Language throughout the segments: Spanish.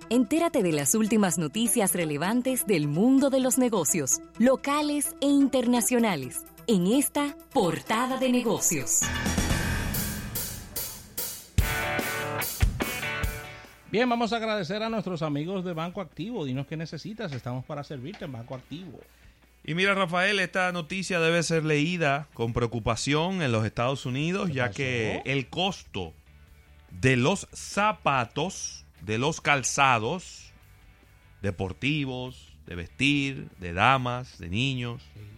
Entérate de las últimas noticias relevantes del mundo de los negocios, locales e internacionales, en esta Portada de Negocios. Bien, vamos a agradecer a nuestros amigos de Banco Activo. Dinos qué necesitas, estamos para servirte en Banco Activo. Y mira, Rafael, esta noticia debe ser leída con preocupación en los Estados Unidos, ya que el costo de los zapatos, de los calzados deportivos, de vestir, de damas, de niños,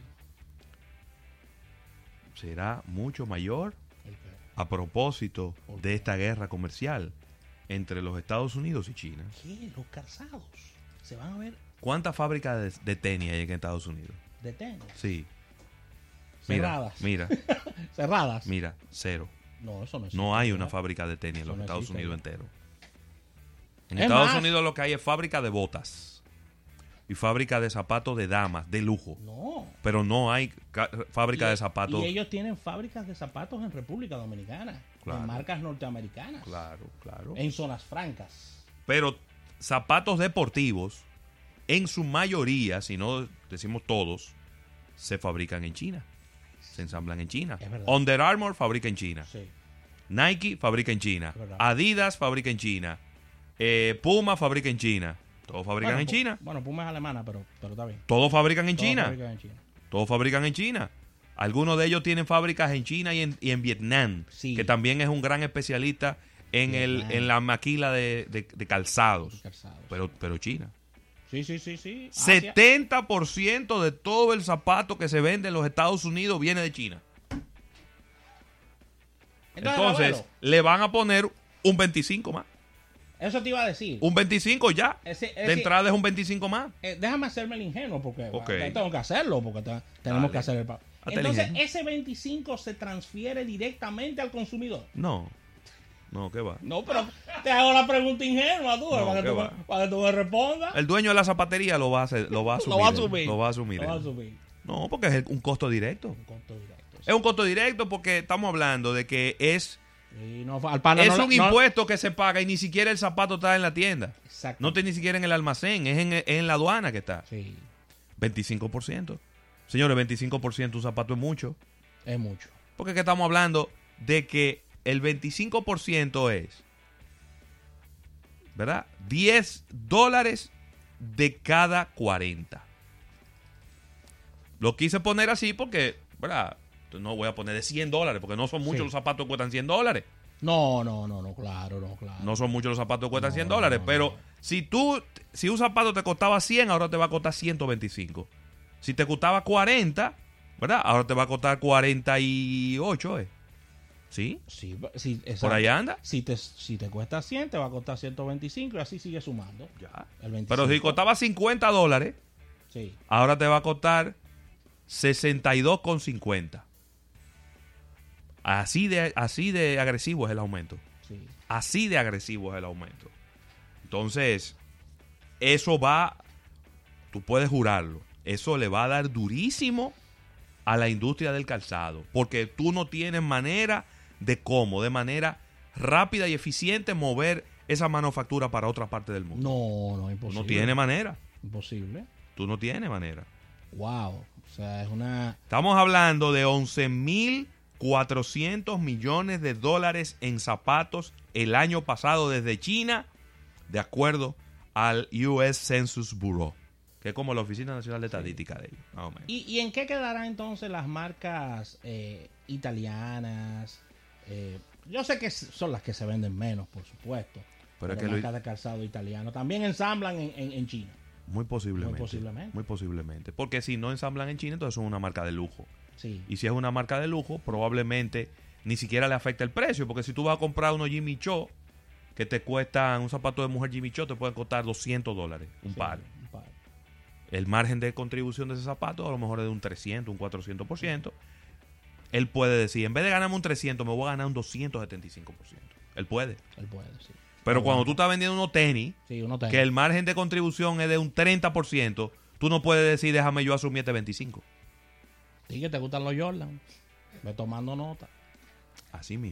será mucho mayor a propósito de esta guerra comercial entre los Estados Unidos y China. ¿Qué? Los calzados se van a ver. ¿Cuántas fábricas de tenis hay en Estados Unidos? ¿De tenis? Sí. Cerradas. Mira. Cerradas. Mira, cero. No, eso no existe. No hay una fábrica de tenis en los no Estados existe. Unidos entero. En Es Estados más, Unidos lo que hay es fábrica de botas y fábrica de zapatos de damas, de lujo. No. Pero no hay fábrica de zapatos. Y ellos tienen fábricas de zapatos en República Dominicana. Claro. De marcas norteamericanas. Claro. En zonas francas. Pero zapatos deportivos, en su mayoría, si no decimos todos, se fabrican en China. Se ensamblan en China. Es verdad. Under Armour fabrica en China. Sí. Nike fabrica en China. Es verdad. Adidas fabrica en China. Puma fabrica en China. Todos fabrican en China. Bueno, Puma es alemana, pero está bien. Todos fabrican en Todos China. fabrican en China. Todos fabrican en China. Algunos de ellos tienen fábricas en China y en Vietnam, Sí. que también es un gran especialista en la maquila de calzados. Calzados. Pero China. Sí. 70% de todo el zapato que se vende en los Estados Unidos viene de China. Entonces, abuelo, le van a poner un 25 más. eso te iba a decir. Un 25 ya. De entrada es un 25 más. Déjame hacerme el ingenuo porque Ok. tengo que hacerlo porque tenemos Dale. que hacer el pago. Hazte el Entonces, ingenuo. ese 25 se transfiere directamente al consumidor. No, ¿qué va? No, pero te hago la pregunta ingenua, tú, No, para, ¿qué va? para que tú me respondas. El dueño de la zapatería lo va a asumir. Lo va a asumir. Lo va a asumir. Lo va a asumir. No, porque es un costo directo. Un costo directo. Es un costo directo porque estamos hablando de que es Y no, al pana es no, un impuesto que se paga y ni siquiera el zapato está en la tienda. Exacto. No está ni siquiera en el almacén, es en la aduana que está. Sí, 25%. Señores, 25% un zapato es mucho. es mucho. Porque es que estamos hablando de que el 25% es, ¿verdad? $10 de cada 40. Lo quise poner así porque, ¿verdad? No voy a poner de $100 porque no son muchos Sí. los zapatos que cuestan $100. No, claro. No son muchos los zapatos que cuestan No, $100. no, Pero no. si un zapato te costaba 100, ahora te va a costar 125. Si te costaba 40, ¿verdad? Ahora te va a costar 48, ¿eh? ¿Sí? Sí, exacto. Por ahí anda. Si te cuesta 100, te va a costar 125 y así sigue sumando. Ya. El 25. Pero si costaba $50, Sí. ahora te va a costar 62,50. Así de agresivo es el aumento. Sí. Así de agresivo es el aumento. Entonces, eso va, tú puedes jurarlo, eso le va a dar durísimo a la industria del calzado. Porque tú no tienes manera de manera rápida y eficiente mover esa manufactura para otra parte del mundo. No, Tú imposible. no tienes manera. Imposible. Tú no tienes manera. Wow. O sea, es una... Estamos hablando de 11.400 millones de dólares en zapatos el año pasado desde China, de acuerdo al US Census Bureau, que es como la Oficina Nacional de Estadística de ellos, más o menos. ¿Y en qué quedarán entonces las marcas italianas? Yo sé que son las que se venden menos, por supuesto. Pero es las que marcas de calzado italiano también ensamblan en China. Muy posiblemente. Muy posiblemente. Muy posiblemente. Porque si no ensamblan en China, entonces son una marca de lujo. Sí. Y si es una marca de lujo, probablemente ni siquiera le afecta el precio. Porque si tú vas a comprar unos Jimmy Choo, que te cuestan, un zapato de mujer Jimmy Choo, te pueden costar $200 un par. Un par. El margen de contribución de ese zapato a lo mejor es de un 300, un 400%. Él puede decir, en vez de ganarme un 300, me voy a ganar un 275%. Él puede. Él puede, sí. Pero cuando tú estás vendiendo unos tenis, Sí, uno tiene. que el margen de contribución es de un 30%, tú no puedes decir, déjame yo asumir este 25%. Sí, que te gustan los Jordan. Ve tomando nota. Así mismo.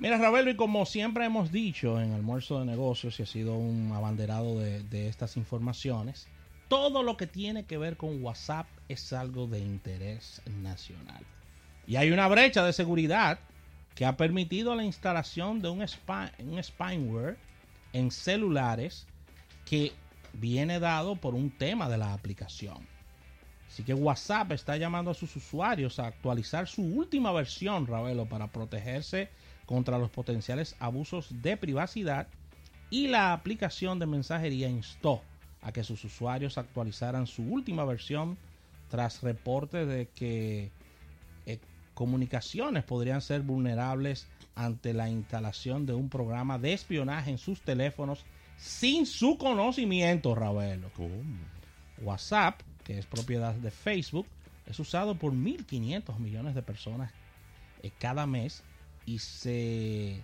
Mira, Ravelo, y como siempre hemos dicho en Almuerzo de Negocios, y ha sido un abanderado de estas informaciones, todo lo que tiene que ver con WhatsApp es algo de interés nacional. Y hay una brecha de seguridad que ha permitido la instalación de un spyware en celulares que viene dado por un tema de la aplicación. Así que WhatsApp está llamando a sus usuarios a actualizar su última versión, Ravelo, para protegerse contra los potenciales abusos de privacidad, y la aplicación de mensajería instó a que sus usuarios actualizaran su última versión tras reportes de que comunicaciones podrían ser vulnerables ante la instalación de un programa de espionaje en sus teléfonos sin su conocimiento, Ravelo. ¿Cómo? WhatsApp, que es propiedad de Facebook, es usado por 1.500 millones de personas cada mes y se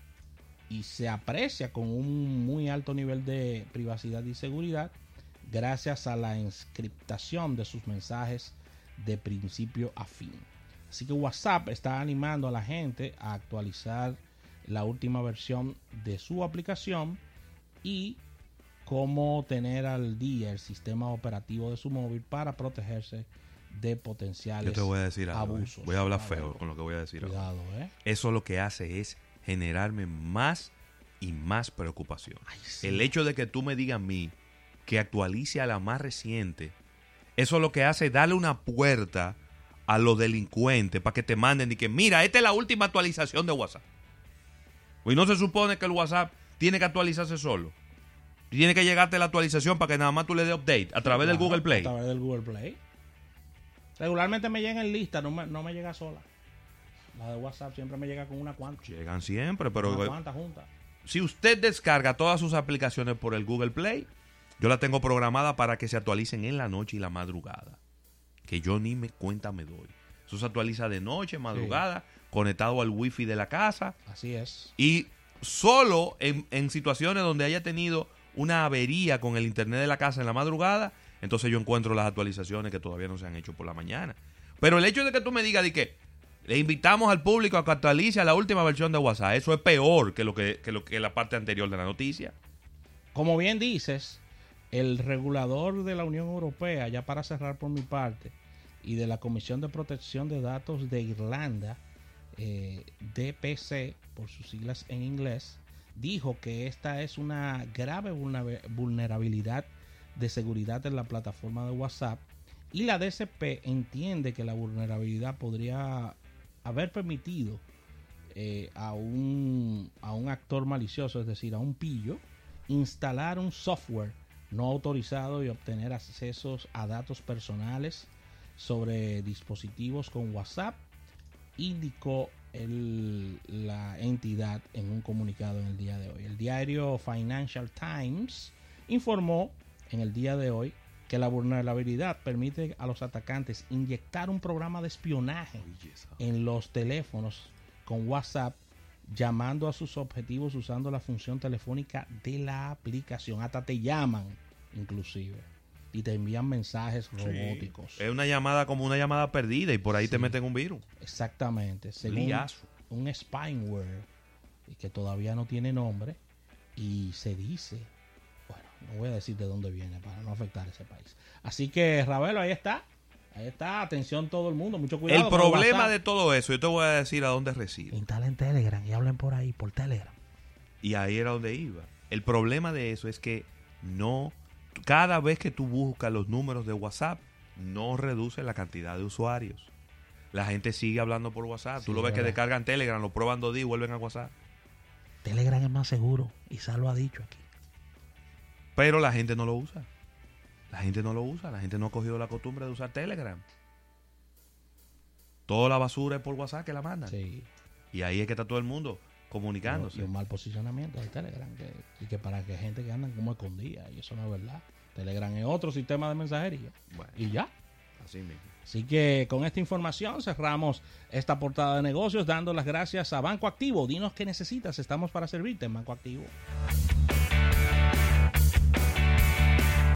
aprecia con un muy alto nivel de privacidad y seguridad gracias a la encriptación de sus mensajes de principio a fin. Así que WhatsApp está animando a la gente a actualizar la última versión de su aplicación y cómo tener al día el sistema operativo de su móvil para protegerse de potenciales Yo te voy a decir algo, abusos. Voy a hablar feo con lo que voy a decir. Cuidado, Eso lo que hace es generarme más y más preocupación. Ay, sí. El hecho de que tú me digas a mí que actualice a la más reciente, eso lo que hace es darle una puerta a los delincuentes para que te manden y que mira, esta es la última actualización de WhatsApp. Y no se supone que el WhatsApp tiene que actualizarse solo. Tiene que llegarte la actualización para que nada más tú le des update a través del Google Play. A través del Google Play. Regularmente me llega en lista, no me llega sola. La de WhatsApp siempre me llega con una cuanta. Llegan siempre, pero Una cuanta junta. si usted descarga todas sus aplicaciones por el Google Play, yo la tengo programada para que se actualicen en la noche y la madrugada. Que yo ni me cuenta me doy. Eso se actualiza de noche, madrugada, conectado al wifi de la casa. Así es. Y solo en situaciones donde haya tenido una avería con el internet de la casa en la madrugada, entonces yo encuentro las actualizaciones que todavía no se han hecho por la mañana. Pero el hecho de que tú me digas de que le invitamos al público a que actualice a la última versión de WhatsApp, eso es peor que lo que la parte anterior de la noticia. Como bien dices, el regulador de la Unión Europea, ya para cerrar por mi parte, y de la Comisión de Protección de Datos de Irlanda, DPC, por sus siglas en inglés, dijo que esta es una grave vulnerabilidad de seguridad en la plataforma de WhatsApp, y la DCP entiende que la vulnerabilidad podría haber permitido a un actor malicioso, es decir, a un pillo, instalar un software no autorizado y obtener accesos a datos personales sobre dispositivos con WhatsApp, indicó la entidad en un comunicado en el día de hoy. El diario Financial Times informó en el día de hoy que la vulnerabilidad permite a los atacantes inyectar un programa de espionaje en los teléfonos con WhatsApp, llamando a sus objetivos usando la función telefónica de la aplicación. Hasta te llaman, inclusive, y te envían mensajes robóticos. Es una llamada como una llamada perdida y por ahí Sí. te meten un virus. Exactamente. Según Liazo. un spyware que todavía no tiene nombre, y se dice, bueno, no voy a decir de dónde viene para no afectar a ese país. Así que, Ravelo, ahí está. Ahí está, atención todo el mundo, mucho cuidado. El con problema WhatsApp. de todo eso, yo te voy a decir a dónde reside. Instalen Telegram y hablen por ahí, por Telegram. Y ahí era donde iba. El problema de eso es que cada vez que tú buscas los números de WhatsApp, no reduce la cantidad de usuarios. La gente sigue hablando por WhatsApp. Sí, Tú lo ves que verdad. descargan Telegram, lo prueban 2 días y vuelven a WhatsApp. Telegram es más seguro, y Sal lo ha dicho aquí. Pero la gente no lo usa. La gente no lo usa. La gente no ha cogido la costumbre de usar Telegram. Toda la basura es por WhatsApp que la mandan. Sí. Y ahí es que está todo el mundo comunicándose. Y un mal posicionamiento de Telegram, que para que gente que andan como escondida, y eso no es verdad. Telegram es otro sistema de mensajería. Bueno, Y ya. así mismo. Así que con esta información cerramos esta portada de negocios, dando las gracias a Banco Activo. Dinos qué necesitas, estamos para servirte en Banco Activo.